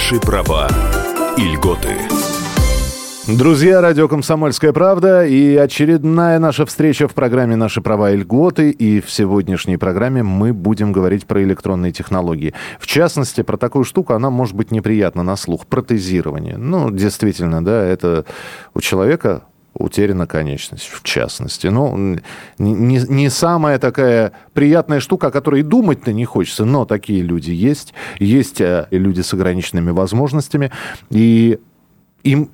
Наши права и льготы. Друзья, радио «Комсомольская правда» и очередная наша встреча в программе «Наши права и льготы». И в сегодняшней программе мы будем говорить про электронные технологии. В частности, про такую штуку, она может быть неприятна на слух. Протезирование. Ну, действительно, да, это у человека утеряна конечность, в частности. Ну, не самая такая приятная штука, о которой думать-то не хочется, но такие люди есть. Есть люди с ограниченными возможностями, и им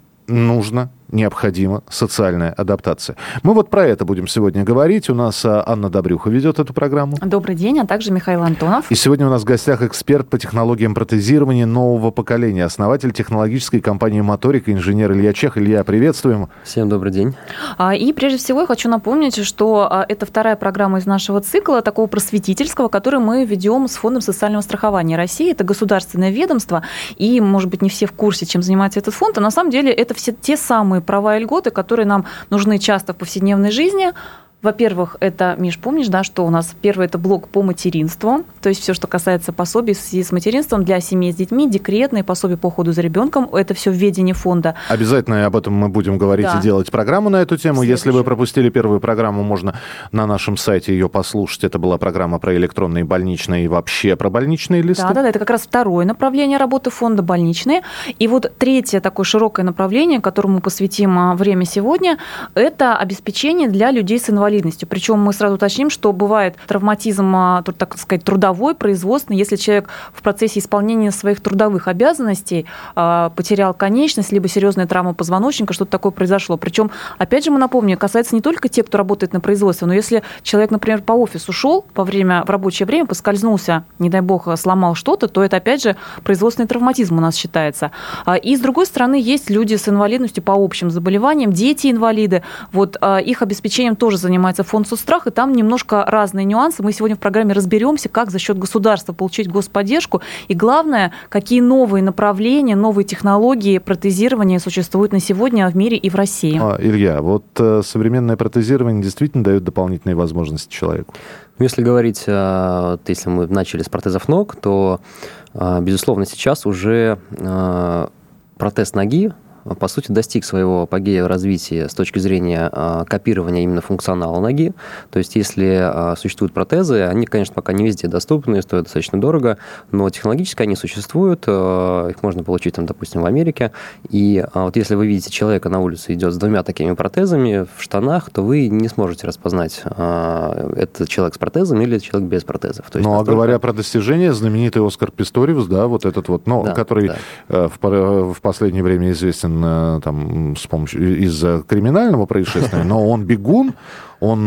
необходима социальная адаптация. Мы вот про это будем сегодня говорить. У нас Анна Добрюха ведет эту программу. Добрый день, а также Михаил Антонов. И сегодня у нас в гостях эксперт по технологиям протезирования нового поколения, основатель технологической компании «Моторика», инженер Илья Чех. Илья, приветствуем. Всем добрый день. И прежде всего я хочу напомнить, что это вторая программа из нашего цикла, такого просветительского, который мы ведем с Фондом социального страхования России. Это государственное ведомство, и, может быть, не все в курсе, чем занимается этот фонд, а на самом деле это все те самые права и льготы, которые нам нужны часто в повседневной жизни. Во-первых, это, Миш, помнишь, да, что у нас первый это блок по материнству, то есть все, что касается пособий в связи с материнством для семей с детьми, декретные пособия по уходу за ребенком, это все в ведении фонда. Обязательно об этом мы будем говорить и делать программу на эту тему. Если вы пропустили первую программу, можно на нашем сайте ее послушать. Это была программа про электронные больничные и вообще про больничные листы. Да, это как раз второе направление работы фонда, больничные. И вот третье такое широкое направление, которому мы посвятим время сегодня, это обеспечение для людей с инвалидностью. Причем мы сразу уточним, что бывает травматизм, так сказать, трудовой, производственный, если человек в процессе исполнения своих трудовых обязанностей потерял конечность, либо серьезная травма позвоночника, что-то такое произошло. Причем, опять же, мы напомним, касается не только тех, кто работает на производстве, но если человек, например, по офису шел в рабочее время, поскользнулся, не дай бог, сломал что-то, то это, опять же, производственный травматизм у нас считается. И, с другой стороны, есть люди с инвалидностью по общим заболеваниям, дети-инвалиды. Вот их обеспечением тоже занимается фонд соцстрах, и там немножко разные нюансы. Мы сегодня в программе разберемся, как за счет государства получить господдержку, и главное, какие новые направления, новые технологии протезирования существуют на сегодня в мире и в России. Илья, вот современное протезирование действительно дает дополнительные возможности человеку? Если говорить, если мы начали с протезов ног, то, безусловно, сейчас уже протез ноги по сути, достиг своего апогея в развитии с точки зрения копирования именно функционала ноги. То есть, если существуют протезы, они, конечно, пока не везде доступны, стоят достаточно дорого, но технологически они существуют, их можно получить, там, допустим, в Америке. И вот если вы видите человека на улице идет с двумя такими протезами в штанах, то вы не сможете распознать, это человек с протезом или человек без протезов. То есть, говоря про достижения, знаменитый Оскар Писториус, да, вот этот вот, который в последнее время известен там, с помощью из-за криминального происшествия, но он бегун, он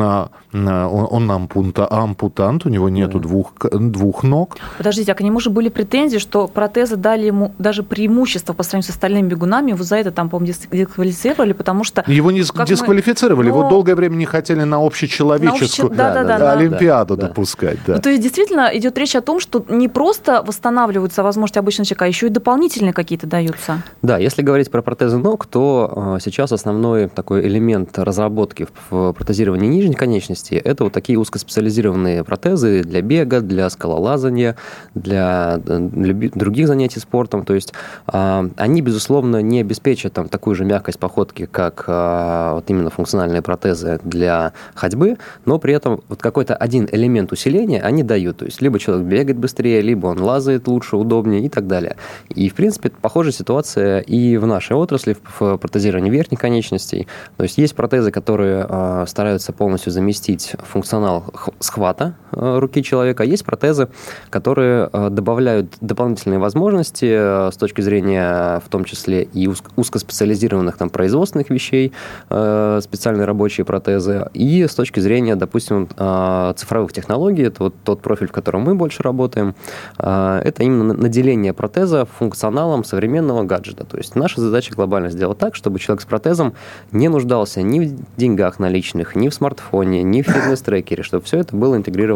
ампутант, у него нету двух ног. Подождите, а к нему же были претензии, что протезы дали ему даже преимущество по сравнению с остальными бегунами, его за это, там, по-моему, дисквалифицировали, потому что... Его не дисквалифицировали, его долгое время не хотели на общечеловеческую олимпиаду допускать. Да. Ну, то есть, действительно, идет речь о том, что не просто восстанавливаются возможности обычного человека, а еще и дополнительные какие-то даются. Да, если говорить про протезы ног, то сейчас основной такой элемент разработки в протезировании нижней конечности – это вот такие узкоспециализированные протезы для бега, для скалолазания, для других занятий спортом. То есть они, безусловно, не обеспечат там такую же мягкость походки, как вот именно функциональные протезы для ходьбы, но при этом вот какой-то один элемент усиления они дают. То есть либо человек бегает быстрее, либо он лазает лучше, удобнее и так далее. И, в принципе, похожая ситуация и в нашей отрасли, в протезировании верхних конечностей. То есть есть протезы, которые стараются полностью заместить функционал схвата руки человека. Есть протезы, которые добавляют дополнительные возможности с точки зрения, в том числе, и узкоспециализированных там, производственных вещей, специальные рабочие протезы, и с точки зрения, допустим, цифровых технологий, это вот тот профиль, в котором мы больше работаем, это именно наделение протеза функционалом современного гаджета. То есть наша задача глобально сделать так, чтобы человек с протезом не нуждался ни в деньгах наличных, ни в смартфоне, ни в фитнес-трекере, чтобы все это было интегрировано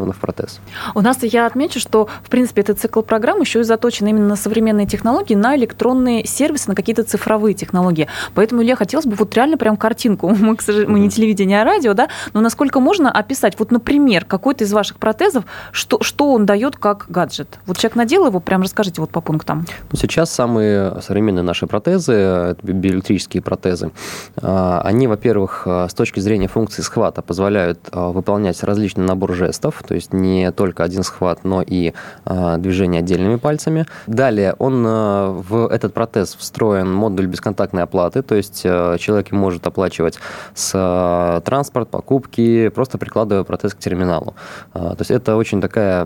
интегрированы в протез. У нас, я отмечу, что, в принципе, этот цикл программ еще и заточен именно на современные технологии, на электронные сервисы, на какие-то цифровые технологии. Поэтому, Илья, хотелось бы вот реально прям картинку. Мы, к сожалению, мы не телевидение, а радио, да, но насколько можно описать, вот, например, какой-то из ваших протезов, что он дает как гаджет? Вот человек надел его, прям расскажите вот по пунктам. Сейчас самые современные наши протезы, это биоэлектрические протезы, они, во-первых, с точки зрения функции схвата позволяют выполнять различный набор жестов, то есть не только один схват, но и движение отдельными пальцами. Далее в этот протез встроен модуль бесконтактной оплаты, то есть человек может оплачивать с транспорт, покупки, просто прикладывая протез к терминалу. То есть это очень такая,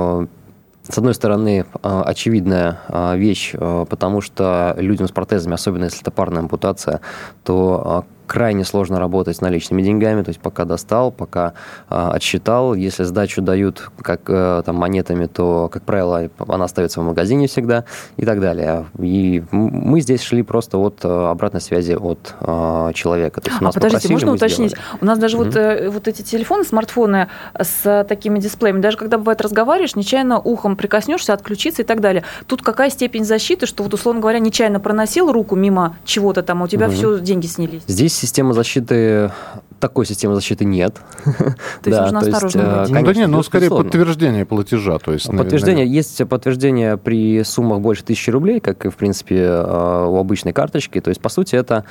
с одной стороны, очевидная вещь, потому что людям с протезами, особенно если это парная ампутация, то крайне сложно работать с наличными деньгами, то есть пока достал, пока отсчитал. Если сдачу дают как там, монетами, то, как правило, она остается в магазине всегда и так далее. И мы здесь шли просто от обратной связи от человека. То есть нас подождите, попросили, можно мы уточнить? сделали. У нас даже вот эти телефоны, смартфоны с такими дисплеями, даже когда, бывает, разговариваешь, нечаянно ухом прикоснешься, отключиться и так далее. Тут какая степень защиты, что, вот, условно говоря, нечаянно проносил руку мимо чего-то там, а у тебя все, деньги снялись? Здесь такой системы защиты нет. То есть нужно осторожно быть. Скорее подтверждение платежа. То есть, есть подтверждение при суммах больше 1000 рублей, как и, в принципе, у обычной карточки. То есть, по сути, это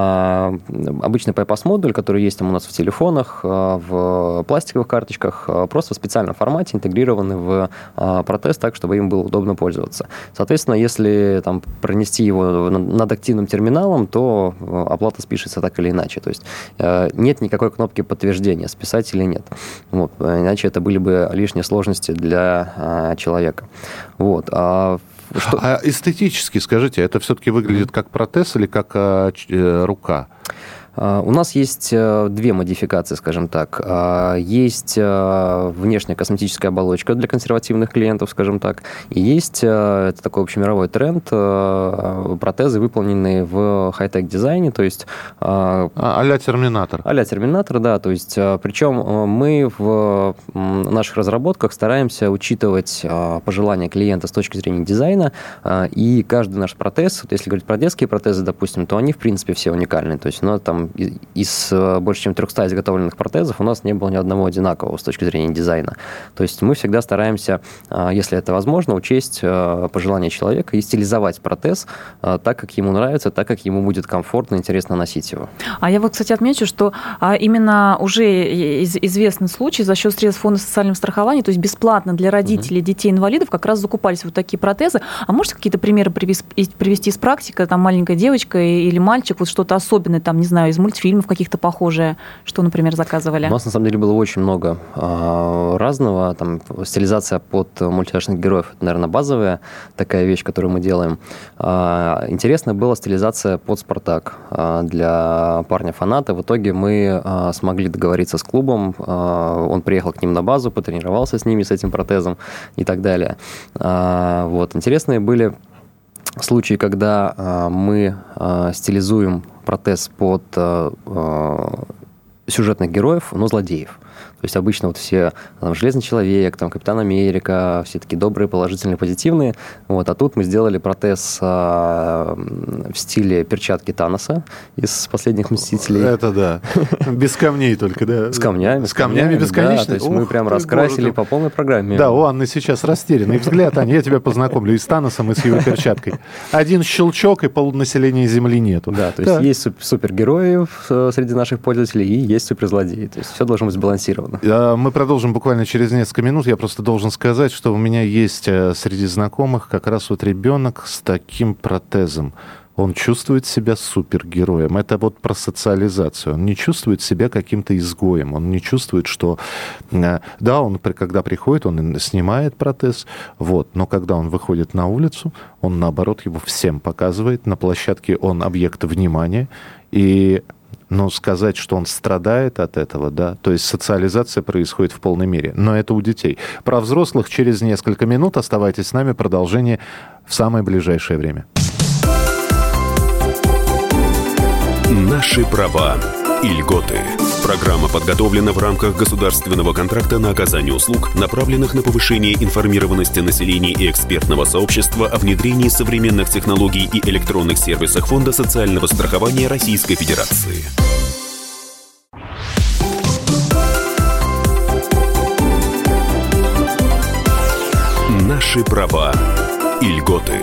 обычный PayPass-модуль, который есть там у нас в телефонах, в пластиковых карточках, просто в специальном формате, интегрированный в протез так, чтобы им было удобно пользоваться. Соответственно, если там пронести его над активным терминалом, то оплата спишется так или иначе. То есть нет никакой кнопки подтверждения, списать или нет. Вот. Иначе это были бы лишние сложности для человека. Вот. А эстетически, скажите, это все-таки выглядит как протез или как рука? У нас есть две модификации, скажем так. Есть внешняя косметическая оболочка для консервативных клиентов, скажем так, и есть, это такой общемировой тренд, протезы, выполненные в хай-тек дизайне, то есть... а-ля Терминатор. А-ля Терминатор, да, то есть, причем мы в наших разработках стараемся учитывать пожелания клиента с точки зрения дизайна, и каждый наш протез, вот если говорить про детские протезы, допустим, то они, в принципе, все уникальны, то есть, там из больше чем 300 изготовленных протезов у нас не было ни одного одинакового с точки зрения дизайна. То есть мы всегда стараемся, если это возможно, учесть пожелания человека и стилизовать протез так, как ему нравится, так, как ему будет комфортно, интересно носить его. А я вот, кстати, отмечу, что именно уже известный случай за счет средств Фонда социального страхования, то есть бесплатно для родителей детей-инвалидов как раз закупались вот такие протезы. А можете какие-то примеры привести из практики? Там маленькая девочка или мальчик, вот что-то особенное, там, не знаю, из мультфильмов каких-то похожие, что, например, заказывали? У нас, на самом деле, было очень много разного. Там стилизация под мультяшных героев, это, наверное, базовая такая вещь, которую мы делаем. Интересно была стилизация под «Спартак» для парня-фаната. В итоге мы смогли договориться с клубом. Он приехал к ним на базу, потренировался с ними, с этим протезом и так далее. Вот. Интересные были случаи, когда мы стилизуем протез под сюжетных героев, но злодеев. То есть обычно вот все там, Железный человек, там, Капитан Америка, все такие добрые, положительные, позитивные. Вот. А тут мы сделали протез в стиле перчатки Таноса из «Последних Мстителей». Это да. Без камней только, да? С камнями. С камнями бесконечно? Да, то есть мы прям раскрасили по полной программе. Да, у Анны сейчас растерянный взгляд. Аня, я тебя познакомлю и с Таносом, и с его перчаткой. Один щелчок, и полнаселения Земли нету. Да, то есть есть супергерои среди наших пользователей, и есть суперзлодеи. То есть все должно быть сбалансировано. Мы продолжим буквально через несколько минут. Я просто должен сказать, что у меня есть среди знакомых как раз вот ребенок с таким протезом. Он чувствует себя супергероем. Это вот про социализацию. Он не чувствует себя каким-то изгоем. Он не чувствует, что... Да, он, когда приходит, он снимает протез, вот, но когда он выходит на улицу, он, наоборот, его всем показывает. На площадке он объект внимания. И... Но сказать, что он страдает от этого, да, то есть социализация происходит в полной мере. Но это у детей. Про взрослых через несколько минут. Оставайтесь с нами. Продолжение в самое ближайшее время. Наши права и льготы. Программа подготовлена в рамках государственного контракта на оказание услуг, направленных на повышение информированности населения и экспертного сообщества о внедрении современных технологий и электронных сервисах Фонда социального страхования Российской Федерации. Наши права и льготы.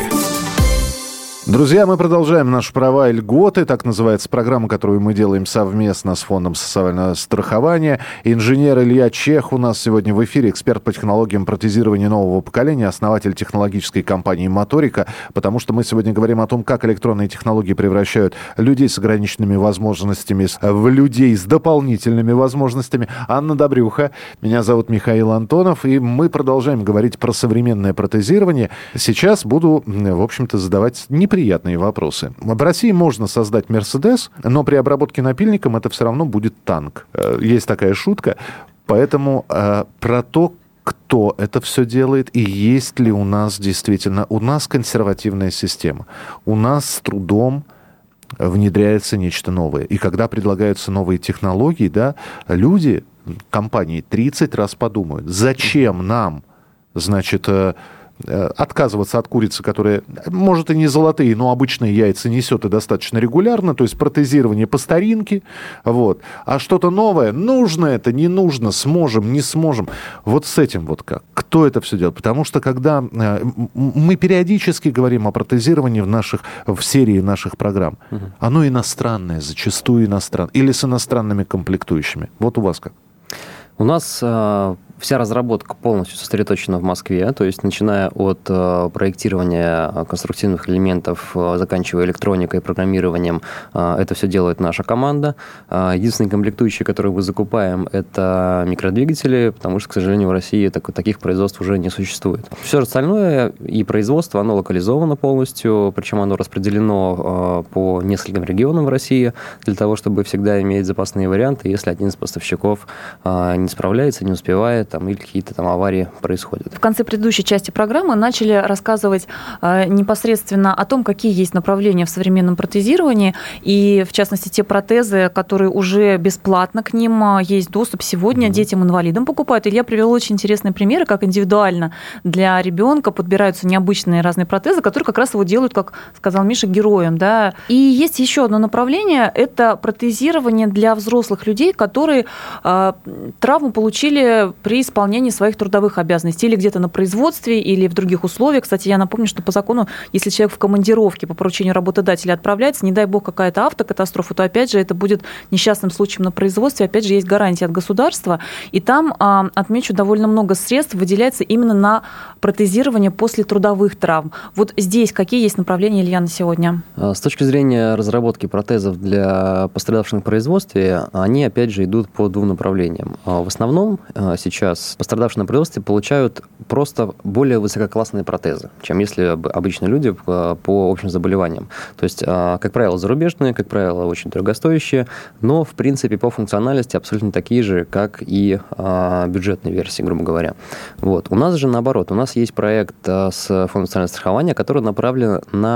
Друзья, мы продолжаем наши права и льготы. Так называется программа, которую мы делаем совместно с Фондом социального страхования. Инженер Илья Чех у нас сегодня в эфире, эксперт по технологиям протезирования нового поколения, основатель технологической компании «Моторика». Потому что мы сегодня говорим о том, как электронные технологии превращают людей с ограниченными возможностями в людей с дополнительными возможностями. Анна Добрюха, меня зовут Михаил Антонов, и мы продолжаем говорить про современное протезирование. Сейчас буду, в общем-то, задавать неприятные вопросы. В России можно создать «Мерседес», но при обработке напильником это все равно будет танк. Есть такая шутка. Поэтому про то, кто это все делает и есть ли у нас действительно... У нас консервативная система. У нас с трудом внедряется нечто новое. И когда предлагаются новые технологии, да, люди, компании 30 раз подумают, зачем нам, значит... отказываться от курицы, которая, может, и не золотые, но обычные яйца несет и достаточно регулярно, то есть протезирование по старинке, вот. А что-то новое, нужно это, не нужно, сможем, не сможем. Вот с этим вот как. Кто это все делает? Потому что когда мы периодически говорим о протезировании в серии наших программ, оно иностранное, зачастую иностранное, или с иностранными комплектующими. Вот у вас как? У нас вся разработка полностью сосредоточена в Москве, то есть начиная от проектирования конструктивных элементов, заканчивая электроникой и программированием, это все делает наша команда. Единственный комплектующий, который мы закупаем, это микродвигатели, потому что, к сожалению, в России таких производств уже не существует. Все остальное и производство, оно локализовано полностью, причем оно распределено по нескольким регионам в России, для того, чтобы всегда иметь запасные варианты, если один из поставщиков не справляется, не успевает, или какие-то там аварии происходят. В конце предыдущей части программы начали рассказывать непосредственно о том, какие есть направления в современном протезировании, и, в частности, те протезы, которые уже бесплатно к ним есть доступ сегодня, детям-инвалидам покупают. Илья привел очень интересные примеры, как индивидуально для ребенка подбираются необычные разные протезы, которые как раз его делают, как сказал Миша, героем. Да? И есть еще одно направление, это протезирование для взрослых людей, которые травму получили при исполнении своих трудовых обязанностей или где-то на производстве, или в других условиях. Кстати, я напомню, что по закону, если человек в командировке по поручению работодателя отправляется, не дай бог какая-то автокатастрофа, то опять же это будет несчастным случаем на производстве, опять же есть гарантия от государства, и там, отмечу, довольно много средств выделяется именно на протезирование после трудовых травм. Вот здесь какие есть направления, Илья, на сегодня? С точки зрения разработки протезов для пострадавших на производстве, они опять же идут по двум направлениям. В основном сейчас пострадавшие на производстве получают просто более высококлассные протезы, чем если обычные люди по общим заболеваниям. То есть, как правило, зарубежные, как правило, очень дорогостоящие, но, в принципе, по функциональности абсолютно такие же, как и бюджетные версии, грубо говоря. Вот. У нас же наоборот. У нас есть проект с Фондом социального страхования, который направлен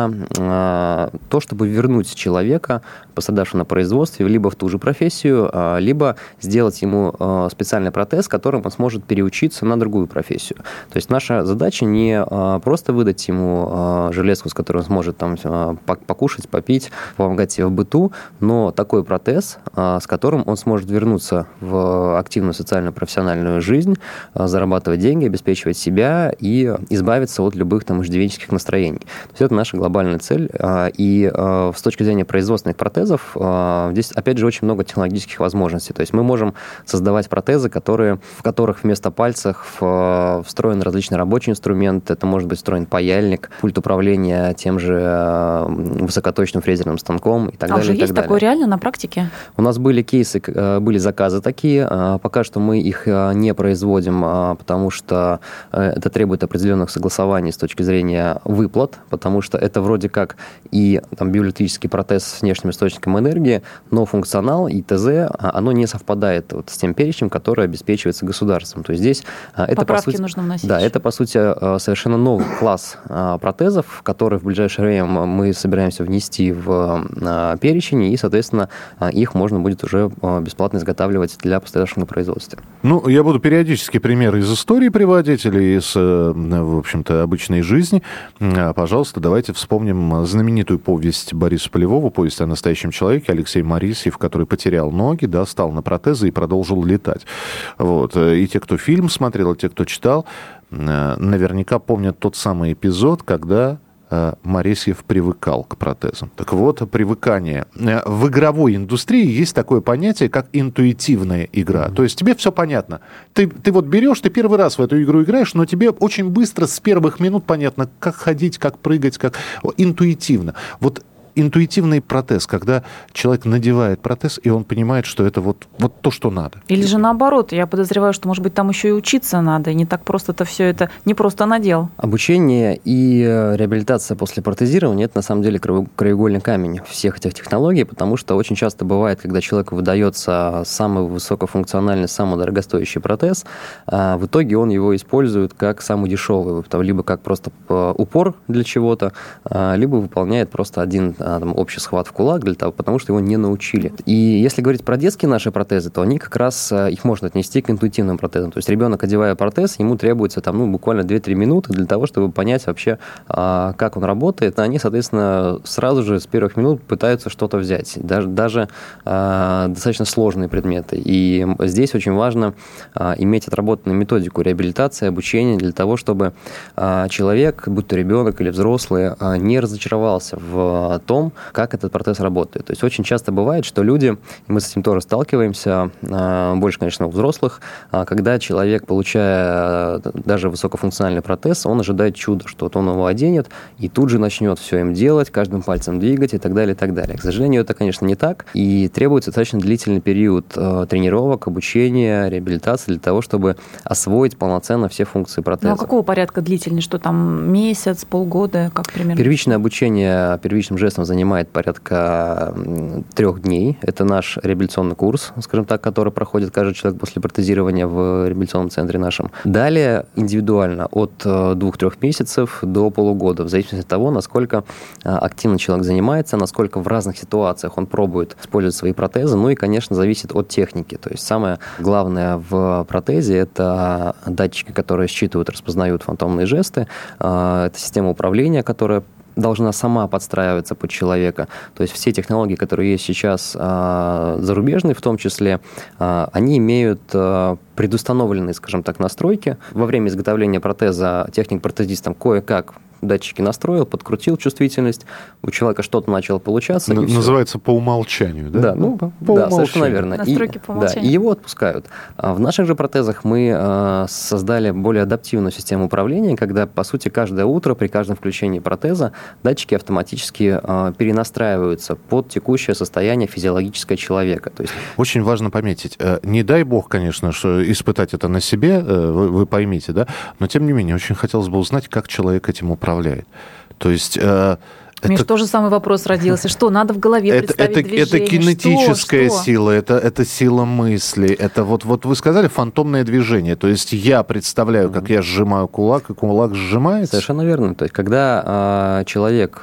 на то, чтобы вернуть человека, пострадавшего на производстве, либо в ту же профессию, либо сделать ему специальный протез, которым он сможет переучиться на другую профессию. То есть наша задача не просто выдать ему железку, с которой он сможет там покушать, попить, помогать себе в быту, но такой протез, с которым он сможет вернуться в активную социальную профессиональную жизнь, зарабатывать деньги, обеспечивать себя и избавиться от любых там иждивенческих настроений. То есть это наша глобальная цель. И с точки зрения производственных протезов здесь, опять же, очень много технологических возможностей. То есть мы можем создавать протезы, в которых вместо пальцев встроен различный рабочий инструмент. Это может быть встроен паяльник, пульт управления тем же высокоточным фрезерным станком и так далее. А уже есть такое реально на практике? У нас были кейсы, были заказы такие. Пока что мы их не производим, потому что это требует определенных согласований с точки зрения выплат, потому что это вроде как и там, биоэлектрический протез с внешним источником энергии, но функционал и ТЗ, оно не совпадает вот с тем перечнем, который обеспечивается государством. государством. То есть здесь это, поправки по сути, нужно вносить. Да, это, по сути, совершенно новый класс протезов, который в ближайшее время мы собираемся внести в перечень, и, соответственно, их можно будет уже бесплатно изготавливать для пострадавших на производстве. Ну, я буду периодически примеры из истории приводить или из, в общем-то, обычной жизни. Пожалуйста, давайте вспомним знаменитую повесть Бориса Полевого, повесть о настоящем человеке, Алексей Морисьев, который потерял ноги, да, стал на протезы и продолжил летать. Вот. И те, кто фильм смотрел, и те, кто читал, наверняка помнят тот самый эпизод, когда Морисьев привыкал к протезам. Так вот, привыкание. В игровой индустрии есть такое понятие, как интуитивная игра. То есть тебе все понятно. Ты вот берешь, ты первый раз в эту игру играешь, но тебе очень быстро с первых минут понятно, как ходить, как прыгать, как интуитивно. Вот интуитивный протез, когда человек надевает протез, и он понимает, что это вот то, что надо. Или же наоборот, я подозреваю, что, может быть, там еще и учиться надо, и не так просто-то все это, не просто надел. Обучение и реабилитация после протезирования – это, на самом деле, краеугольный камень всех этих технологий, потому что очень часто бывает, когда человеку выдается самый высокофункциональный, самый дорогостоящий протез, в итоге он его использует как самый дешевый, либо как просто упор для чего-то, либо выполняет просто один общий схват в кулак, потому что его не научили. И если говорить про детские наши протезы, то они как раз, их можно отнести к интуитивным протезам. То есть ребенок, одевая протез, ему требуется буквально 2-3 минуты для того, чтобы понять вообще, как он работает. Они, соответственно, сразу же с первых минут пытаются что-то взять. Даже достаточно сложные предметы. И здесь очень важно иметь отработанную методику реабилитации, обучения для того, чтобы человек, будь то ребенок или взрослый, не разочаровался в том, как этот протез работает. То есть очень часто бывает, что люди, мы с этим тоже сталкиваемся, больше, конечно, у взрослых, когда человек, получая даже высокофункциональный протез, он ожидает чуда, что вот он его оденет и тут же начнет все им делать, каждым пальцем двигать и так далее, и так далее. К сожалению, это, конечно, не так, и требуется достаточно длительный период тренировок, обучения, реабилитации для того, чтобы освоить полноценно все функции протеза. Ну, а какого порядка длительный? Что там, месяц, полгода, как примерно? Первичное обучение первичным жестом занимает порядка 3 дней. Это наш реабилитационный курс, скажем так, который проходит каждый человек после протезирования в реабилитационном центре нашем. Далее индивидуально от 2-3 месяцев до полугода, в зависимости от того, насколько активно человек занимается, насколько в разных ситуациях он пробует использовать свои протезы. Ну и, конечно, зависит от техники. То есть самое главное в протезе – это датчики, которые считывают, распознают фантомные жесты. Это система управления, которая должна сама подстраиваться под человека. То есть все технологии, которые есть сейчас, зарубежные в том числе, они имеют предустановленные, скажем так, настройки. Во время изготовления протеза техник-протезист там кое-как датчики настроил, подкрутил чувствительность, у человека что-то начало получаться. Называется по умолчанию, да? Да, по умолчанию. Совершенно верно. Настройки по умолчанию. Да, и его отпускают. В наших же протезах мы создали более адаптивную систему управления, когда, по сути, каждое утро при каждом включении протеза датчики автоматически перенастраиваются под текущее состояние физиологическое человека. То есть... Очень важно пометить, не дай бог, конечно, что испытать это на себе, вы поймите, да, но тем не менее очень хотелось бы узнать, как человек этим управляет. То есть... Миш, тоже самый вопрос родился. Что, надо в голове представить движение? Это кинетическая сила, это сила мысли. Это вот вы сказали фантомное движение. То есть я представляю, как я сжимаю кулак, и кулак сжимается. Совершенно верно. То есть когда человек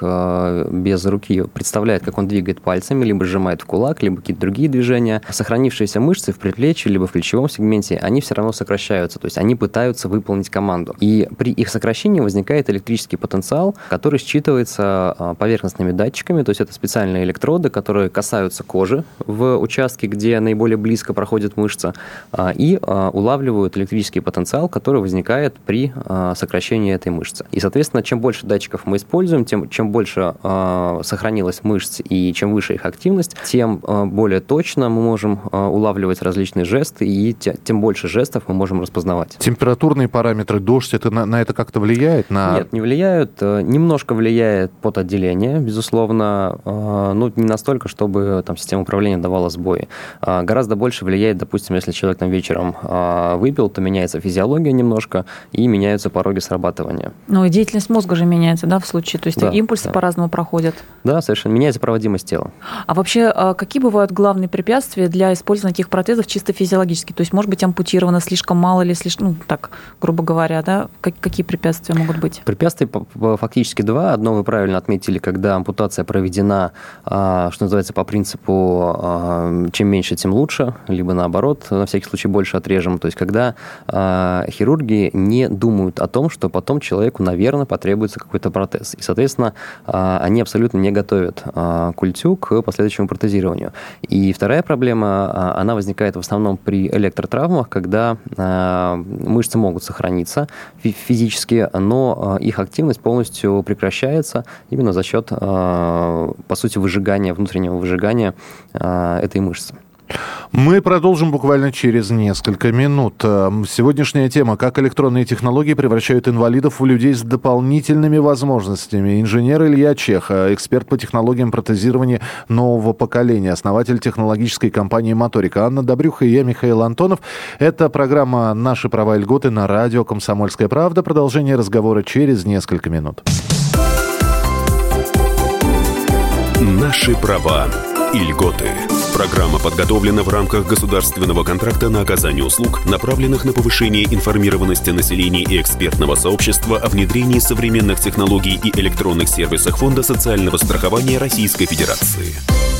без руки представляет, как он двигает пальцами, либо сжимает в кулак, либо какие-то другие движения, сохранившиеся мышцы в предплечье, либо в плечевом сегменте, они все равно сокращаются. То есть они пытаются выполнить команду. И при их сокращении возникает электрический потенциал, который считывается поверхностными датчиками, то есть это специальные электроды, которые касаются кожи в участке, где наиболее близко проходит мышца, и улавливают электрический потенциал, который возникает при сокращении этой мышцы. И, соответственно, чем больше датчиков мы используем, чем больше сохранилось мышц и чем выше их активность, тем более точно мы можем улавливать различные жесты, и тем больше жестов мы можем распознавать. Температурные параметры, дождь, это на это как-то влияет? Нет, не влияют. Немножко влияет потоотделение отделение, безусловно, не настолько, чтобы там система управления давала сбои. Гораздо больше влияет, допустим, если человек там вечером выпил, то меняется физиология немножко и меняются пороги срабатывания. И деятельность мозга же меняется, да, в случае, то есть импульсы по-разному проходят. Да, совершенно, меняется проводимость тела. А вообще, какие бывают главные препятствия для использования таких протезов чисто физиологически? То есть, может быть, ампутировано слишком мало или слишком, грубо говоря, да? Какие препятствия могут быть? Препятствий фактически два. Одно вы правильно отметили, когда ампутация проведена, что называется, по принципу чем меньше, тем лучше, либо наоборот, на всякий случай больше отрежем. То есть, когда хирурги не думают о том, что потом человеку, наверное, потребуется какой-то протез. И, соответственно, они абсолютно не готовят культю к последующему протезированию. И вторая проблема, она возникает в основном при электротравмах, когда мышцы могут сохраниться физически, но их активность полностью прекращается именно за счет, по сути, внутреннего выжигания этой мышцы. Мы продолжим буквально через несколько минут. Сегодняшняя тема: как электронные технологии превращают инвалидов в людей с дополнительными возможностями. Инженер Илья Чех, эксперт по технологиям протезирования нового поколения, основатель технологической компании «Моторика». Анна Добрюха и я, Михаил Антонов. Это программа «Наши права и льготы» на радио «Комсомольская правда». Продолжение разговора через несколько минут. Наши права и льготы. Программа подготовлена в рамках государственного контракта на оказание услуг, направленных на повышение информированности населения и экспертного сообщества о внедрении современных технологий и электронных сервисах Фонда социального страхования Российской Федерации.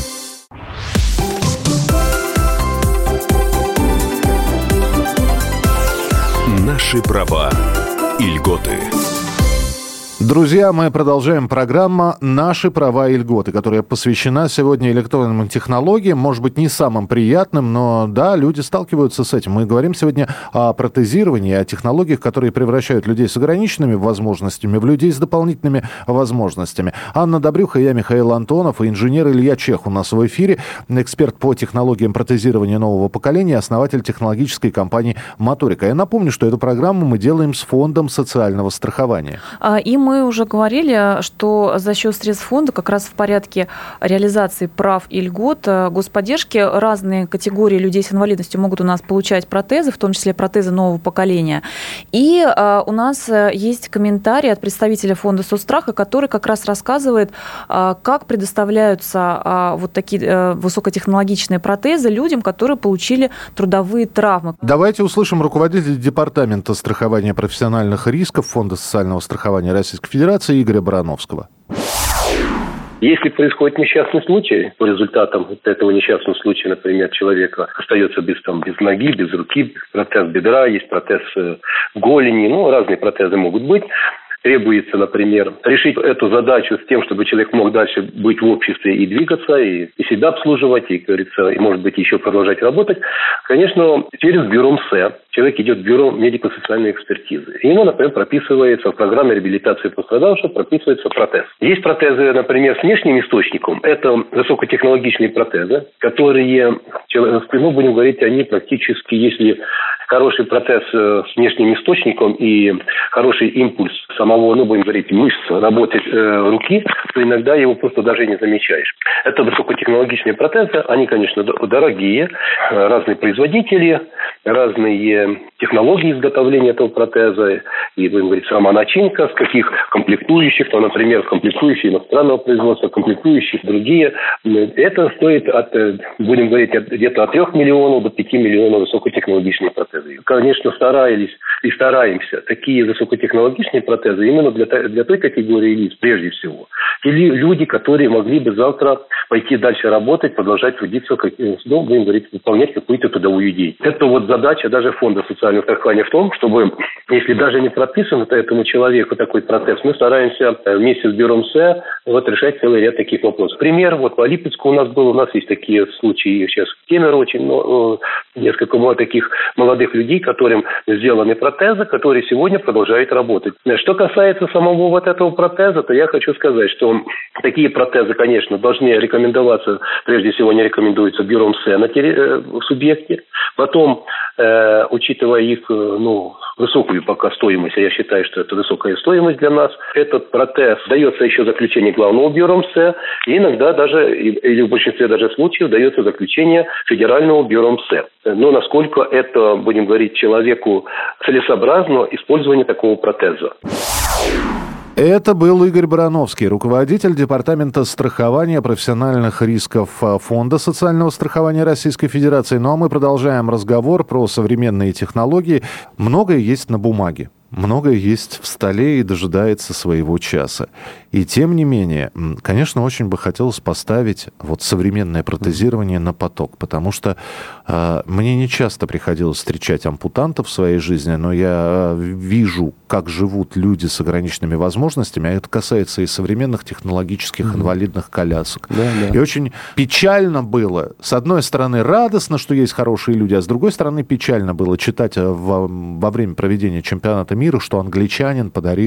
Наши права и льготы. Друзья, мы продолжаем программу «Наши права и льготы», которая посвящена сегодня электронным технологиям. Может быть, не самым приятным, но да, люди сталкиваются с этим. Мы говорим сегодня о протезировании, о технологиях, которые превращают людей с ограниченными возможностями в людей с дополнительными возможностями. Анна Добрюха, я, Михаил Антонов, и инженер Илья Чех у нас в эфире, эксперт по технологиям протезирования нового поколения, основатель технологической компании «Моторика». Я напомню, что эту программу мы делаем с Фондом социального страхования. И мы уже говорили, что за счет средств фонда как раз в порядке реализации прав и льгот господдержки разные категории людей с инвалидностью могут у нас получать протезы, в том числе протезы нового поколения. И у нас есть комментарий от представителя фонда соцстраха, который как раз рассказывает, как предоставляются вот такие высокотехнологичные протезы людям, которые получили трудовые травмы. Давайте услышим руководителя департамента страхования профессиональных рисков Фонда социального страхования Российской Федерации Игоря Барановского. Если происходит несчастный случай, по результатам этого несчастного случая, например, человек остается без ноги, без руки, протез бедра, есть протез голени, разные протезы могут быть. Требуется, например, решить эту задачу с тем, чтобы человек мог дальше быть в обществе и двигаться, и себя обслуживать, и, как говорится, и, может быть, еще продолжать работать. Конечно, через бюро МСЭ человек идет в бюро медико-социальной экспертизы. И ему, например, прописывается в программе реабилитации пострадавшего, прописывается протез. Есть протезы, например, с внешним источником. Это высокотехнологичные протезы, которые, будем говорить, они практически, если хороший протез с внешним источником и хороший импульс самого, будем говорить, мышц работы руки, то иногда его просто даже не замечаешь. Это высокотехнологичные протезы, они, конечно, дорогие, разные производители, разные технологии изготовления этого протеза, и, будем говорить, сама начинка, с каких комплектующих, например, комплектующие иностранного производства, комплектующие другие. Это стоит будем говорить, где-то от 3 миллионов до 5 миллионов высокотехнологичных протезов. Конечно, старались и стараемся такие высокотехнологичные протезы именно для той категории лиц, прежде всего. Или люди, которые могли бы завтра пойти дальше работать, продолжать трудиться, будем говорить, выполнять какую-то трудовую деятельность. Это задача даже фонда социального страхования в том, чтобы, если даже не прописан этому человеку такой протез, мы стараемся вместе с бюро МСЭ решать целый ряд таких вопросов. Пример, по Липецку у нас есть такие случаи, сейчас Кемерово очень, несколько таких молодых людей, которым сделаны протезы, которые сегодня продолжают работать. Что касается самого этого протеза, то я хочу сказать, что такие протезы, конечно, должны рекомендоваться, прежде всего, они рекомендуются бюро МСЭ в субъекте. Потом, учитывая их высокую пока стоимость, а я считаю, что это высокая стоимость для нас. Этот протез дается еще заключение главного бюро МС, и иногда даже, или в большинстве даже случаев, дается заключение Федерального бюро МС. Но насколько это, будем говорить, человеку целесообразно использование такого протеза. Это был Игорь Барановский, руководитель Департамента страхования профессиональных рисков Фонда социального страхования Российской Федерации. Ну а мы продолжаем разговор про современные технологии. Многое есть на бумаге. Многое есть в столе и дожидается своего часа. И тем не менее, конечно, очень бы хотелось поставить вот современное протезирование на поток, потому что мне не часто приходилось встречать ампутантов в своей жизни, но я вижу, как живут люди с ограниченными возможностями, а это касается и современных технологических инвалидных колясок. И очень печально было, с одной стороны, радостно, что есть хорошие люди, а с другой стороны, печально было читать во время проведения чемпионата мира, что англичанин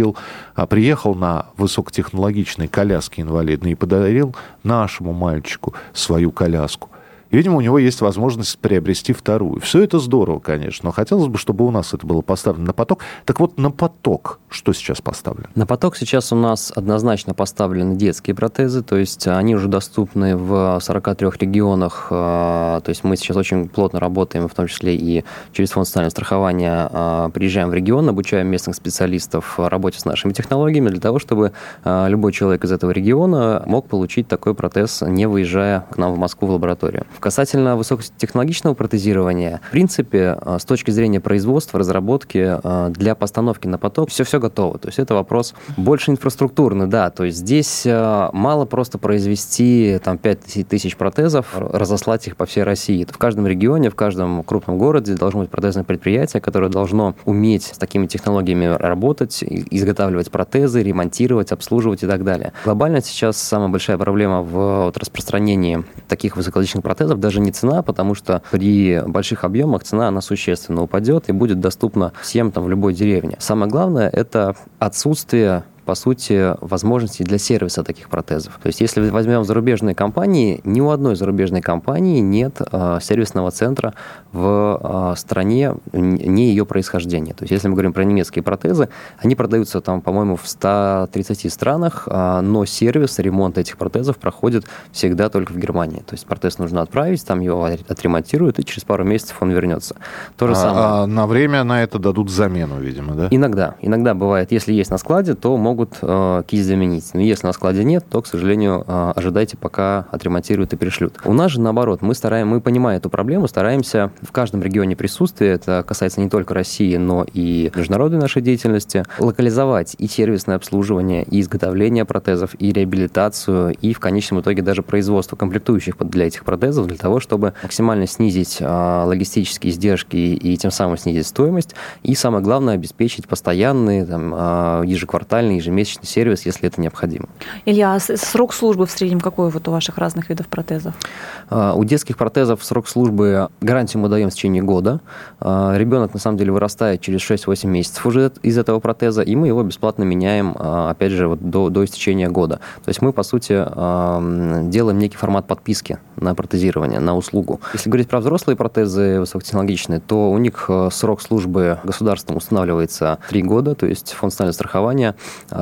приехал на высокотехнологичной коляске инвалидной и подарил нашему мальчику свою коляску. И, видимо, у него есть возможность приобрести вторую. Все это здорово, конечно, но хотелось бы, чтобы у нас это было поставлено на поток. Так вот, на поток что сейчас поставлено? На поток сейчас у нас однозначно поставлены детские протезы, то есть они уже доступны в 43 регионах. То есть мы сейчас очень плотно работаем, в том числе и через Фонд социального страхования приезжаем в регион, обучаем местных специалистов работе с нашими технологиями для того, чтобы любой человек из этого региона мог получить такой протез, не выезжая к нам в Москву в лабораторию. Касательно высокотехнологичного протезирования, в принципе, с точки зрения производства, разработки, для постановки на поток все готово. То есть это вопрос больше инфраструктурный, да. То есть здесь мало просто произвести 5000 протезов, разослать их по всей России. В каждом регионе, в каждом крупном городе должно быть протезное предприятие, которое должно уметь с такими технологиями работать, изготавливать протезы, ремонтировать, обслуживать и так далее. Глобально сейчас самая большая проблема в распространении таких высокотехнологичных протезов даже не цена, потому что при больших объемах цена, она существенно упадет и будет доступна всем в любой деревне. Самое главное – это отсутствие, по сути, возможностей для сервиса таких протезов. То есть, если возьмем зарубежные компании, ни у одной зарубежной компании нет сервисного центра в стране, не ее происхождения. То есть, если мы говорим про немецкие протезы, они продаются, по-моему, в 130 странах, но сервис, ремонт этих протезов проходит всегда только в Германии. То есть, протез нужно отправить, там его отремонтируют, и через пару месяцев он вернется. То же самое. А на время на это дадут замену, видимо, да? Иногда бывает. Если есть на складе, то могут кисть заменить. Но если на складе нет, то, к сожалению, ожидайте, пока отремонтируют и пришлют. У нас же наоборот, мы понимая эту проблему, стараемся в каждом регионе присутствия, это касается не только России, но и международной нашей деятельности, локализовать и сервисное обслуживание, и изготовление протезов, и реабилитацию, и в конечном итоге даже производство комплектующих для этих протезов, для того, чтобы максимально снизить логистические издержки и тем самым снизить стоимость, и самое главное, обеспечить постоянный, ежеквартальный, ежемесячный сервис, если это необходимо. Илья, а срок службы в среднем какой у ваших разных видов протезов? У детских протезов срок службы, гарантию мы даем в течение года. Ребенок, на самом деле, вырастает через 6-8 месяцев уже из этого протеза, и мы его бесплатно меняем, опять же, до истечения года. То есть мы, по сути, делаем некий формат подписки на протезирование, на услугу. Если говорить про взрослые протезы высокотехнологичные, то у них срок службы государством устанавливается 3 года, то есть Фонд социального страхования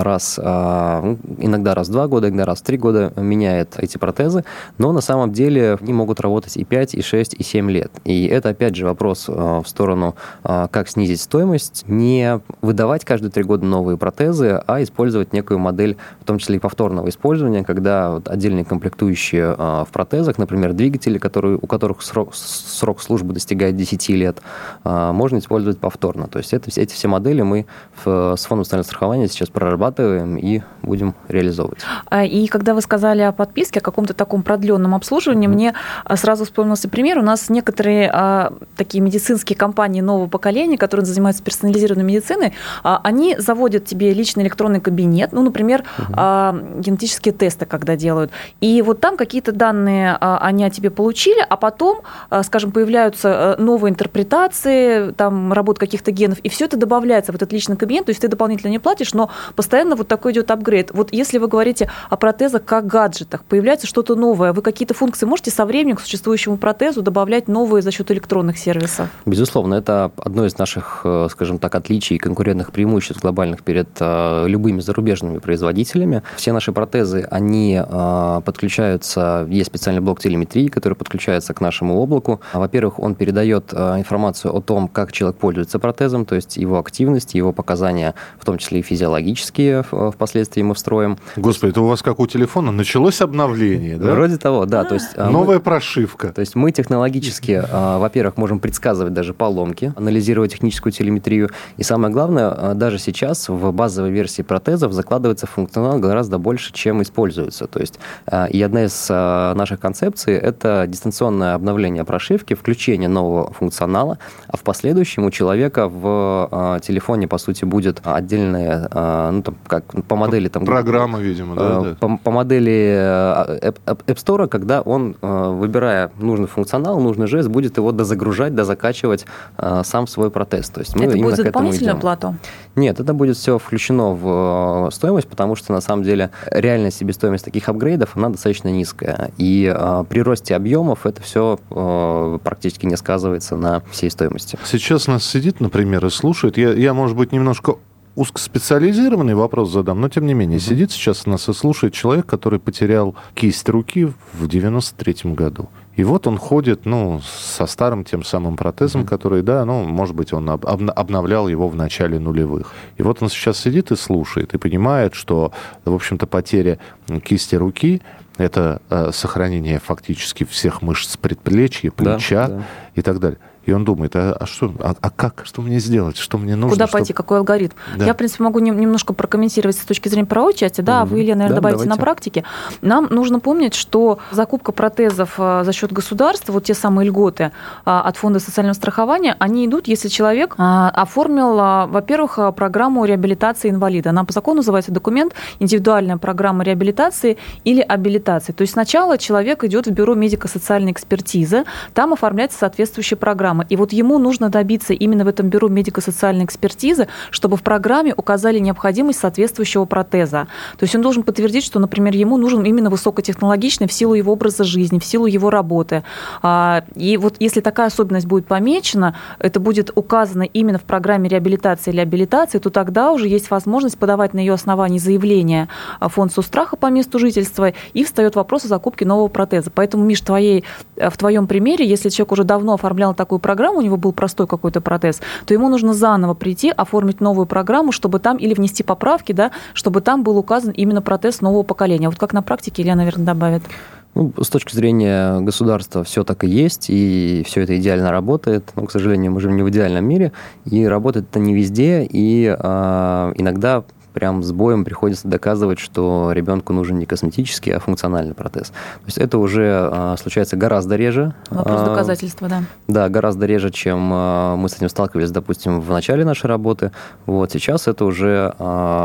иногда раз в 2 года, иногда раз в 3 года меняет эти протезы, но на самом деле они могут работать и 5, и 6, и 7 лет. И это, опять же, вопрос в сторону, как снизить стоимость, не выдавать каждые 3 года новые протезы, а использовать некую модель, в том числе и повторного использования, когда отдельные комплектующие в протезах, например, двигатели, у которых срок службы достигает 10 лет, можно использовать повторно. То есть эти все модели мы с Фондом социального страхования сейчас прорабатываем и будем реализовывать. И когда вы сказали о подписке, о каком-то таком продленном обслуживании, мне сразу вспомнился пример. У нас некоторые такие медицинские компании нового поколения, которые занимаются персонализированной медициной, они заводят тебе личный электронный кабинет, например, генетические тесты, когда делают. И вот там какие-то данные они о тебе получили, а потом, скажем, появляются новые интерпретации, там работа каких-то генов, и все это добавляется в этот личный кабинет, то есть ты дополнительно не платишь, но постоянно постоянно вот такой идет апгрейд. Вот если вы говорите о протезах как гаджетах, появляется что-то новое, вы какие-то функции можете со временем к существующему протезу добавлять новые за счет электронных сервисов? Безусловно, это одно из наших, скажем так, отличий и конкурентных преимуществ глобальных перед любыми зарубежными производителями. Все наши протезы, они подключаются, есть специальный блок телеметрии, который подключается к нашему облаку. Во-первых, он передает информацию о том, как человек пользуется протезом, то есть его активность, его показания, в том числе и физиологические, впоследствии мы встроим. Господи, это у вас как у телефона началось обновление, да? Вроде того, да. То есть, новая прошивка. То есть мы технологически, во-первых, можем предсказывать даже поломки, анализировать техническую телеметрию. И самое главное, даже сейчас в базовой версии протезов закладывается функционал гораздо больше, чем используется. То есть и одна из наших концепций – это дистанционное обновление прошивки, включение нового функционала, а в последующем у человека в телефоне, по сути, будет отдельная, ну, там, как по модели... Там, программа, видимо, да? По модели App Store, когда он, выбирая нужный функционал, нужный жест, будет его дозагружать, дозакачивать сам в свой протез. То есть мы это именно будет за к этому дополнительную идем. плату? Нет, это будет все включено в стоимость, потому что, на самом деле, реальная себестоимость таких апгрейдов, она достаточно низкая. И при росте объемов это все практически не сказывается на всей стоимости. Сейчас нас сидит, например, и слушает. Я может быть, немножко узкоспециализированный вопрос задам, но тем не менее, сидит сейчас нас и слушает человек, который потерял кисть руки в 93-м году. И вот он ходит, со старым тем самым протезом, который, может быть, он обновлял его в начале нулевых. И вот он сейчас сидит и слушает, и понимает, что, в общем-то, потеря кисти руки – это сохранение фактически всех мышц предплечья, плеча и так далее. И он думает, как? Что мне сделать? Что мне нужно? Куда пойти? Какой алгоритм? Да. Я, в принципе, могу немножко прокомментировать с точки зрения правовой части. Да, вы, Елена, наверное, добавите на практике. Нам нужно помнить, что закупка протезов за счет государства, вот те самые льготы от Фонда социального страхования, они идут, если человек оформил, во-первых, программу реабилитации инвалида. Она по закону называется документ «Индивидуальная программа реабилитации» или абилитации. То есть сначала человек идет в бюро медико-социальной экспертизы, там оформляется соответствующая программа. И вот ему нужно добиться именно в этом бюро медико-социальной экспертизы, чтобы в программе указали необходимость соответствующего протеза. То есть он должен подтвердить, что, например, ему нужен именно высокотехнологичный в силу его образа жизни, в силу его работы. И вот если такая особенность будет помечена, это будет указано именно в программе реабилитации или абилитации, то тогда уже есть возможность подавать на ее основании заявление в фонд соцстраха по месту жительства, и встает вопрос о закупке нового протеза. Поэтому, Миш, в твоем примере, если человек уже давно оформлял такую программу, у него был простой какой-то протез, то ему нужно заново прийти, оформить новую программу, чтобы там, или внести поправки, да, чтобы там был указан именно протез нового поколения. Вот как на практике, Илья, наверное, добавит. С точки зрения государства все так и есть, и все это идеально работает. Но, к сожалению, мы живем не в идеальном мире, и работает это не везде, и иногда прям с боем приходится доказывать, что ребенку нужен не косметический, а функциональный протез. То есть это уже случается гораздо реже. Вопрос доказательства, да. Да, гораздо реже, чем мы с этим сталкивались, допустим, в начале нашей работы. Вот сейчас это уже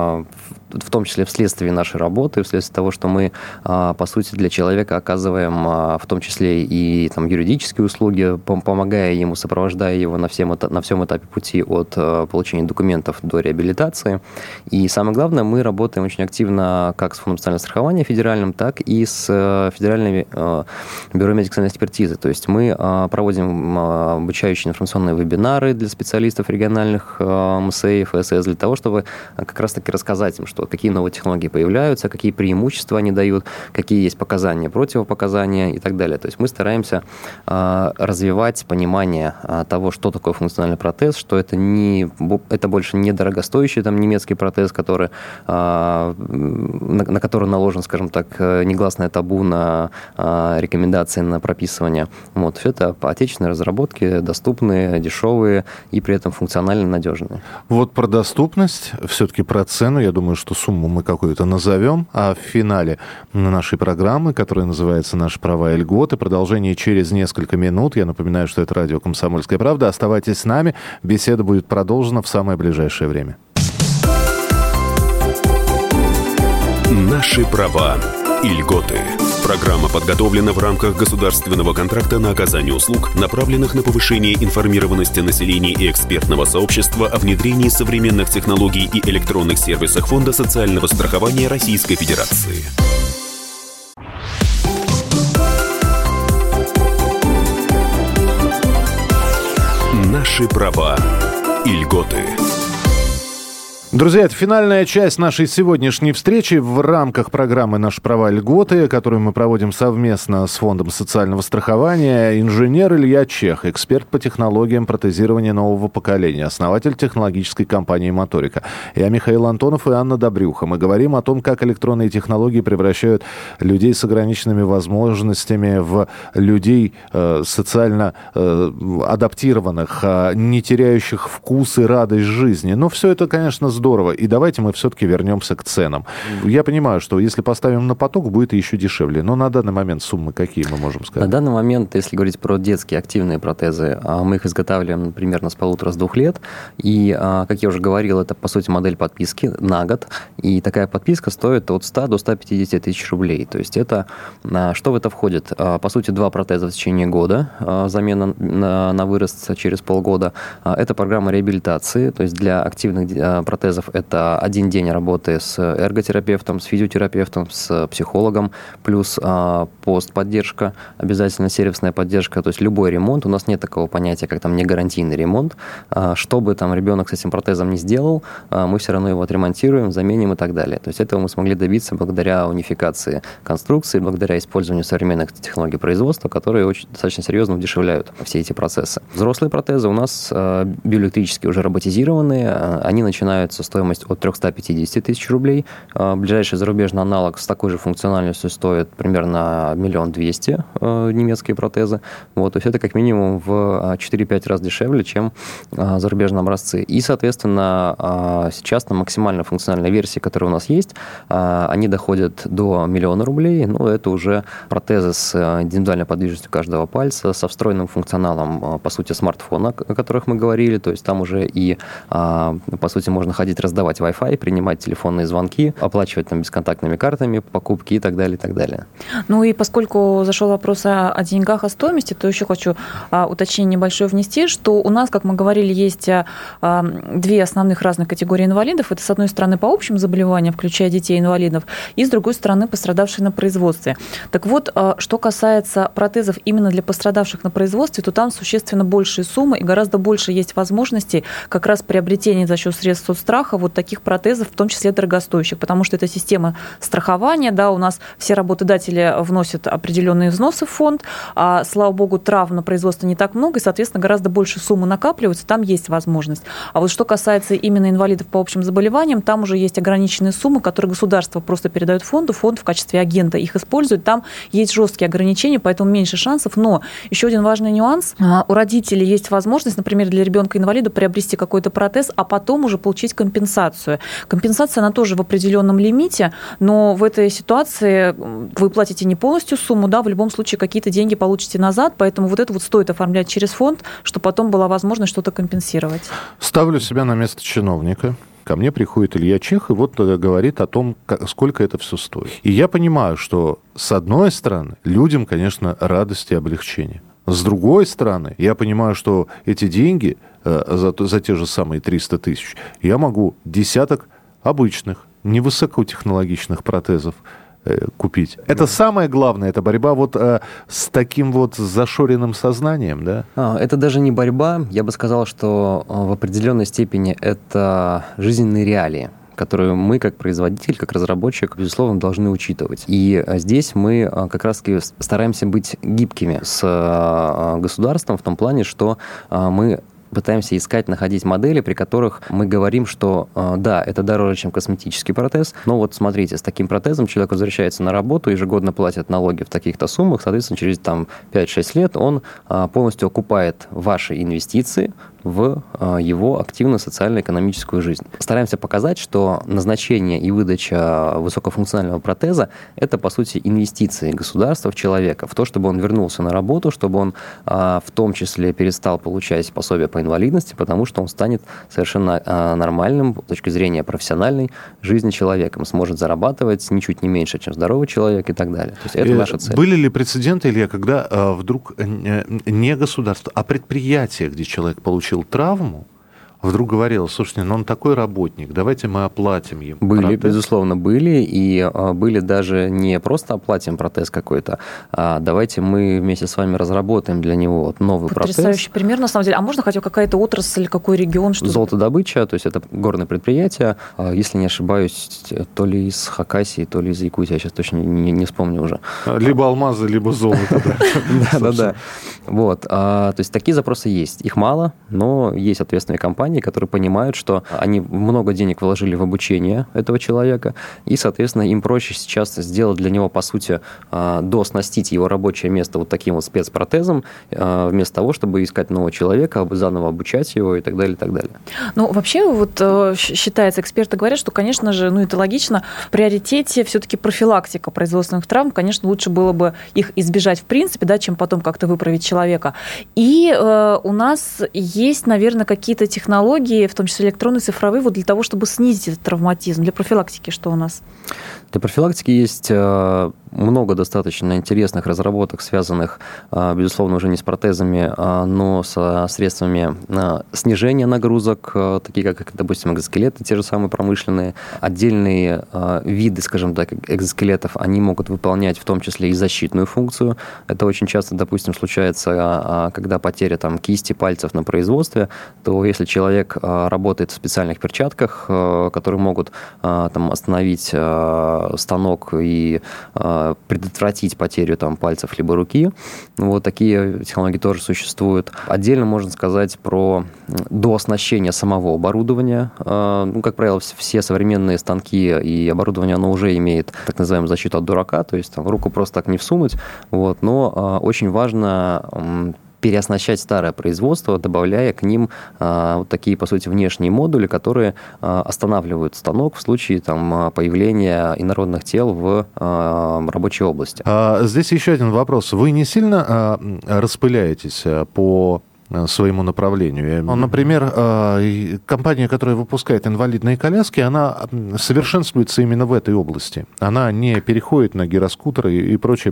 в том числе вследствие нашей работы, вследствие того, что мы, по сути, для человека оказываем в том числе и там, юридические услуги, помогая ему, сопровождая его на всем этапе пути от получения документов до реабилитации. И самое главное, мы работаем очень активно как с Фондом социального страхования федеральным, так и с федеральными бюро медико-социальной экспертизы. То есть мы проводим обучающие информационные вебинары для специалистов региональных МСЭФ, СС, для того, чтобы как раз-таки рассказать им, что какие новые технологии появляются, какие преимущества они дают, какие есть показания, противопоказания и так далее. То есть мы стараемся развивать понимание того, что такое функциональный протез, что это больше не дорогостоящий там, немецкий протез, на который наложен, скажем так, негласное табу на рекомендации на прописывание. Вот. Все это отечественные разработки, доступные, дешевые и при этом функционально надежные. Вот про доступность, все-таки про цену, я думаю, что сумму мы какую-то назовем, а в финале нашей программы, которая называется «Наши права и льготы», продолжение через несколько минут. Я напоминаю, что это радио «Комсомольская правда». Оставайтесь с нами, беседа будет продолжена в самое ближайшее время. Наши права и льготы. Программа подготовлена в рамках государственного контракта на оказание услуг, направленных на повышение информированности населения и экспертного сообщества о внедрении современных технологий и электронных сервисах Фонда социального страхования Российской Федерации. Наши права и льготы. Друзья, это финальная часть нашей сегодняшней встречи в рамках программы «Наши права и льготы», которую мы проводим совместно с Фондом социального страхования. Инженер Илья Чех, эксперт по технологиям протезирования нового поколения, основатель технологической компании «Моторика». Я Михаил Антонов и Анна Добрюха. Мы говорим о том, как электронные технологии превращают людей с ограниченными возможностями в людей социально адаптированных, не теряющих вкус и радость жизни. Но все это, конечно, здорово. И давайте мы все-таки вернемся к ценам. Я понимаю, что если поставим на поток, будет еще дешевле. Но на данный момент суммы какие мы можем сказать? На данный момент, если говорить про детские активные протезы, мы их изготавливаем примерно с 1,5-2 лет. И, как я уже говорил, это, по сути, модель подписки на год. И такая подписка стоит от 100 до 150 тысяч рублей. То есть это, что в это входит? По сути, 2 протеза в течение года, замена на вырост через полгода. Это программа реабилитации. То есть для активных протезов это 1 день работы с эрготерапевтом, с физиотерапевтом, с психологом, плюс постподдержка, обязательно сервисная поддержка, то есть любой ремонт. У нас нет такого понятия, как там негарантийный ремонт. Что бы там ребенок с этим протезом не сделал, мы все равно его отремонтируем, заменим и так далее. То есть этого мы смогли добиться благодаря унификации конструкции, благодаря использованию современных технологий производства, которые достаточно серьезно удешевляют все эти процессы. Взрослые протезы у нас биоэлектрически уже роботизированные, они начинаются стоимость от 350 тысяч рублей. Ближайший зарубежный аналог с такой же функциональностью стоит примерно 1 200 000 немецкие протезы. Вот, то есть это как минимум в 4-5 раз дешевле, чем зарубежные образцы. И, соответственно, сейчас на максимально функциональной версии, которая у нас есть, они доходят до 1 000 000 рублей. Ну, это уже протезы с индивидуальной подвижностью каждого пальца, со встроенным функционалом, по сути, смартфона, о которых мы говорили. То есть там уже и, по сути, можно ходить раздавать Wi-Fi, принимать телефонные звонки, оплачивать там бесконтактными картами покупки и так далее, и так далее. Ну и поскольку зашел вопрос о деньгах, о стоимости, то еще хочу уточнение небольшое внести, что у нас, как мы говорили, есть 2 основных разных категории инвалидов. Это, с одной стороны, по общим заболеваниям, включая детей-инвалидов, и, с другой стороны, пострадавшие на производстве. Так вот, что касается протезов именно для пострадавших на производстве, то там существенно большие суммы и гораздо больше есть возможностей как раз приобретения за счет средств соцстраха вот таких протезов, в том числе дорогостоящих, потому что это система страхования, да, у нас все работодатели вносят определенные взносы в фонд, а, слава богу, травм на производство не так много, и, соответственно, гораздо больше суммы накапливаются, там есть возможность. А вот что касается именно инвалидов по общим заболеваниям, там уже есть ограниченные суммы, которые государство просто передает фонду, фонд в качестве агента их использует, там есть жесткие ограничения, поэтому меньше шансов, но еще один важный нюанс, у родителей есть возможность, например, для ребенка-инвалида приобрести какой-то протез, а потом уже получить компенсацию. Компенсация, она тоже в определенном лимите, но в этой ситуации вы платите не полностью сумму, да, в любом случае какие-то деньги получите назад, поэтому вот это вот стоит оформлять через фонд, чтобы потом была возможность что-то компенсировать. Ставлю себя на место чиновника. Ко мне приходит Илья Чех и вот говорит о том, сколько это все стоит. И я понимаю, что с одной стороны, людям, конечно, радость и облегчение. С другой стороны, я понимаю, что эти деньги за те же самые 300 тысяч я могу десяток обычных, невысокотехнологичных протезов купить. Это самое главное, это борьба вот с таким вот зашоренным сознанием, да? Это даже не борьба, я бы сказал, что в определенной степени это жизненные реалии, которую мы, как производитель, как разработчик, безусловно, должны учитывать. И здесь мы как раз-таки стараемся быть гибкими с государством в том плане, что мы пытаемся искать, находить модели, при которых мы говорим, что да, это дороже, чем косметический протез, но вот смотрите, с таким протезом человек возвращается на работу, ежегодно платит налоги в таких-то суммах, соответственно, через 5-6 лет он полностью окупает ваши инвестиции, в его активную социально-экономическую жизнь. Стараемся показать, что назначение и выдача высокофункционального протеза – это, по сути, инвестиции государства в человека, в то, чтобы он вернулся на работу, чтобы он в том числе перестал получать пособие по инвалидности, потому что он станет совершенно нормальным с точки зрения профессиональной жизни человеком, сможет зарабатывать ничуть не меньше, чем здоровый человек и так далее. То есть это наша цель. Были ли прецеденты, Илья, когда вдруг не государство, а предприятие, где человек получил травму, вдруг говорил: слушайте, он такой работник, давайте мы оплатим ему Были, протез? безусловно, были. И были даже не просто оплатим протез какой-то, а давайте мы вместе с вами разработаем для него новый протез. Потрясающий пример, на самом деле. А можно хотя бы какая-то отрасль, какой регион? Что Золотодобыча, то есть это горное предприятие, если не ошибаюсь, то ли из Хакасии, то ли из Якутии, я сейчас точно не вспомню уже. Либо алмазы, либо золото. Да. Вот. То есть такие запросы есть. Их мало, но есть ответственные компании, которые понимают, что они много денег вложили в обучение этого человека, и, соответственно, им проще сейчас сделать для него, по сути, дооснастить его рабочее место вот таким вот спецпротезом, вместо того, чтобы искать нового человека, заново обучать его и так далее, и так далее. Ну, вообще, вот считается, эксперты говорят, что, конечно же, это логично, в приоритете все-таки профилактика производственных травм. Конечно, лучше было бы их избежать в принципе, да, чем потом как-то выправить человека. И у нас есть, наверное, какие-то технологии, в том числе электронные, цифровые, вот для того, чтобы снизить этот травматизм. Для профилактики что у нас? Для профилактики есть много достаточно интересных разработок, связанных, безусловно, уже не с протезами, но со средствами снижения нагрузок, такие как, допустим, экзоскелеты, те же самые промышленные. Отдельные виды, скажем так, экзоскелетов, они могут выполнять в том числе и защитную функцию. Это очень часто, допустим, случается, когда потеря кисти, пальцев на производстве, то если человек работает в специальных перчатках, которые могут остановить станок и предотвратить потерю пальцев либо руки. Вот такие технологии тоже существуют. Отдельно можно сказать про дооснащение самого оборудования. Как правило, все современные станки и оборудование, оно уже имеет так называемую защиту от дурака, то есть руку просто так не всунуть. Вот. Но очень важно переоснащать старое производство, добавляя к ним вот такие, по сути, внешние модули, которые останавливают станок в случае появления инородных тел в рабочей области. Здесь еще один вопрос. Вы не сильно распыляетесь по своему направлению? Например, компания, которая выпускает инвалидные коляски, она совершенствуется именно в этой области. Она не переходит на гироскутеры и прочее.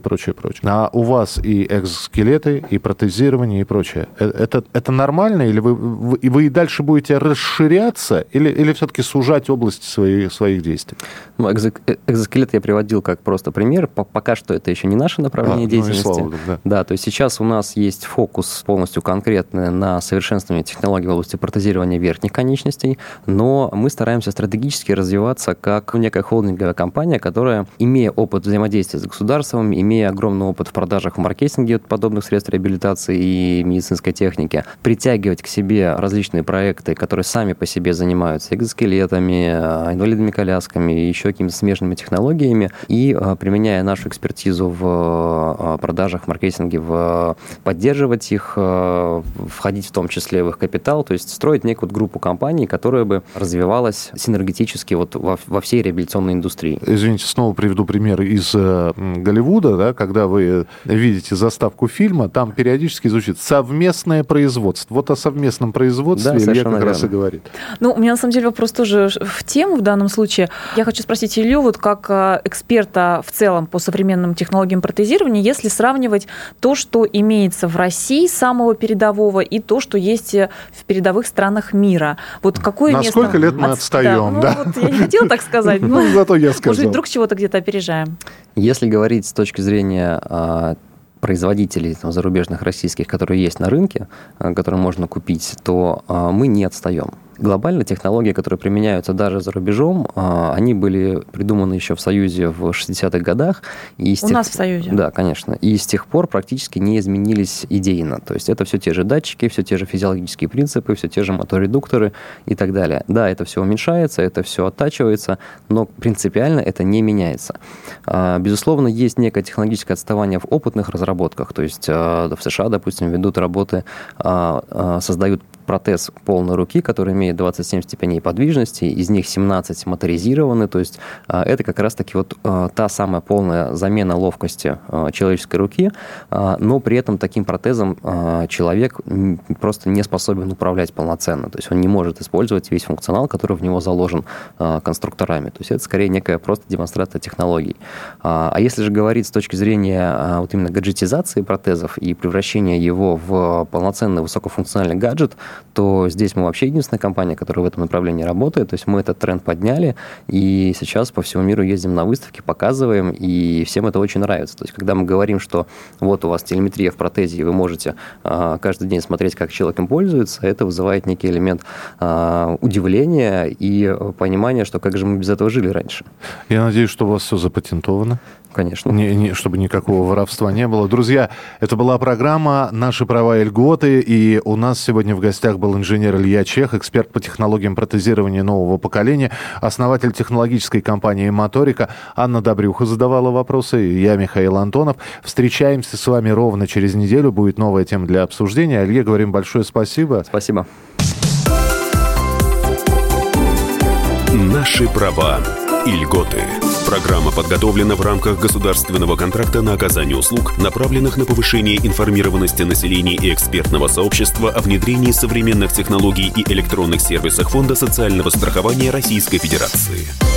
А у вас и экзоскелеты, и протезирование, и прочее. Это нормально? Или вы и дальше будете расширяться, или все-таки сужать область своих действий? Экзоскелет я приводил как просто пример. Пока что это еще не наше направление деятельности. Слава Богу, да. Да, то есть сейчас у нас есть фокус полностью конкретно на совершенствование технологий в области протезирования верхних конечностей, но мы стараемся стратегически развиваться как некая холдинговая компания, которая, имея опыт взаимодействия с государством, имея огромный опыт в продажах, в маркетинге подобных средств реабилитации и медицинской техники, притягивать к себе различные проекты, которые сами по себе занимаются экзоскелетами, инвалидными колясками и еще какими-то смежными технологиями, и, применяя нашу экспертизу в продажах, маркетинге, поддерживать их, входить в том числе в их капитал, то есть строить некую группу компаний, которая бы развивалась синергетически во всей реабилитационной индустрии. Извините, снова приведу пример из Голливуда, да, когда вы видите заставку фильма, там периодически звучит «совместное производство». Вот о совместном производстве Илья как раз и говорит. У меня на самом деле вопрос тоже в тему в данном случае. Я хочу спросить Илью, вот как эксперта в целом по современным технологиям протезирования, если сравнивать то, что имеется в России самого передового, и то, что есть в передовых странах мира. Вот какое на место... сколько лет мы отстаем, да? Я не хотела так сказать, но зато я сказал. Может быть, вдруг чего-то где-то опережаем. Если говорить с точки зрения производителей зарубежных, российских, которые есть на рынке, которые можно купить, то мы не отстаем. Глобально технологии, которые применяются даже за рубежом, они были придуманы еще в Союзе в 60-х годах. У нас в Союзе? Да, конечно. И с тех пор практически не изменились идейно. То есть это все те же датчики, все те же физиологические принципы, все те же моторедукторы и так далее. Да, это все уменьшается, это все оттачивается, но принципиально это не меняется. Безусловно, есть некое технологическое отставание в опытных разработках. То есть в США, допустим, ведут работы, создают протез полной руки, который имеет 27 степеней подвижности, из них 17 моторизированы, то есть это как раз-таки вот та самая полная замена ловкости человеческой руки, но при этом таким протезом человек просто не способен управлять полноценно, то есть он не может использовать весь функционал, который в него заложен конструкторами, то есть это скорее некая просто демонстрация технологий. А если же говорить с точки зрения вот именно гаджетизации протезов и превращения его в полноценный высокофункциональный гаджет, то здесь мы вообще единственная компания, которая в этом направлении работает. То есть мы этот тренд подняли, и сейчас по всему миру ездим на выставки, показываем, и всем это очень нравится. То есть когда мы говорим, что вот у вас телеметрия в протезе, и вы можете каждый день смотреть, как человек им пользуется, это вызывает некий элемент удивления и понимания, что как же мы без этого жили раньше. Я надеюсь, что у вас все запатентовано. Конечно. Чтобы никакого воровства не было. Друзья, это была программа «Наши права и льготы», и у нас сегодня в гостях был инженер Илья Чех, эксперт по технологиям протезирования нового поколения, основатель технологической компании «Моторика». Анна Добрюха задавала вопросы, я Михаил Антонов. Встречаемся с вами ровно через неделю, будет новая тема для обсуждения. Илье говорим большое спасибо. Спасибо. Наши права и льготы. Программа подготовлена в рамках государственного контракта на оказание услуг, направленных на повышение информированности населения и экспертного сообщества о внедрении современных технологий и электронных сервисах Фонда социального страхования Российской Федерации.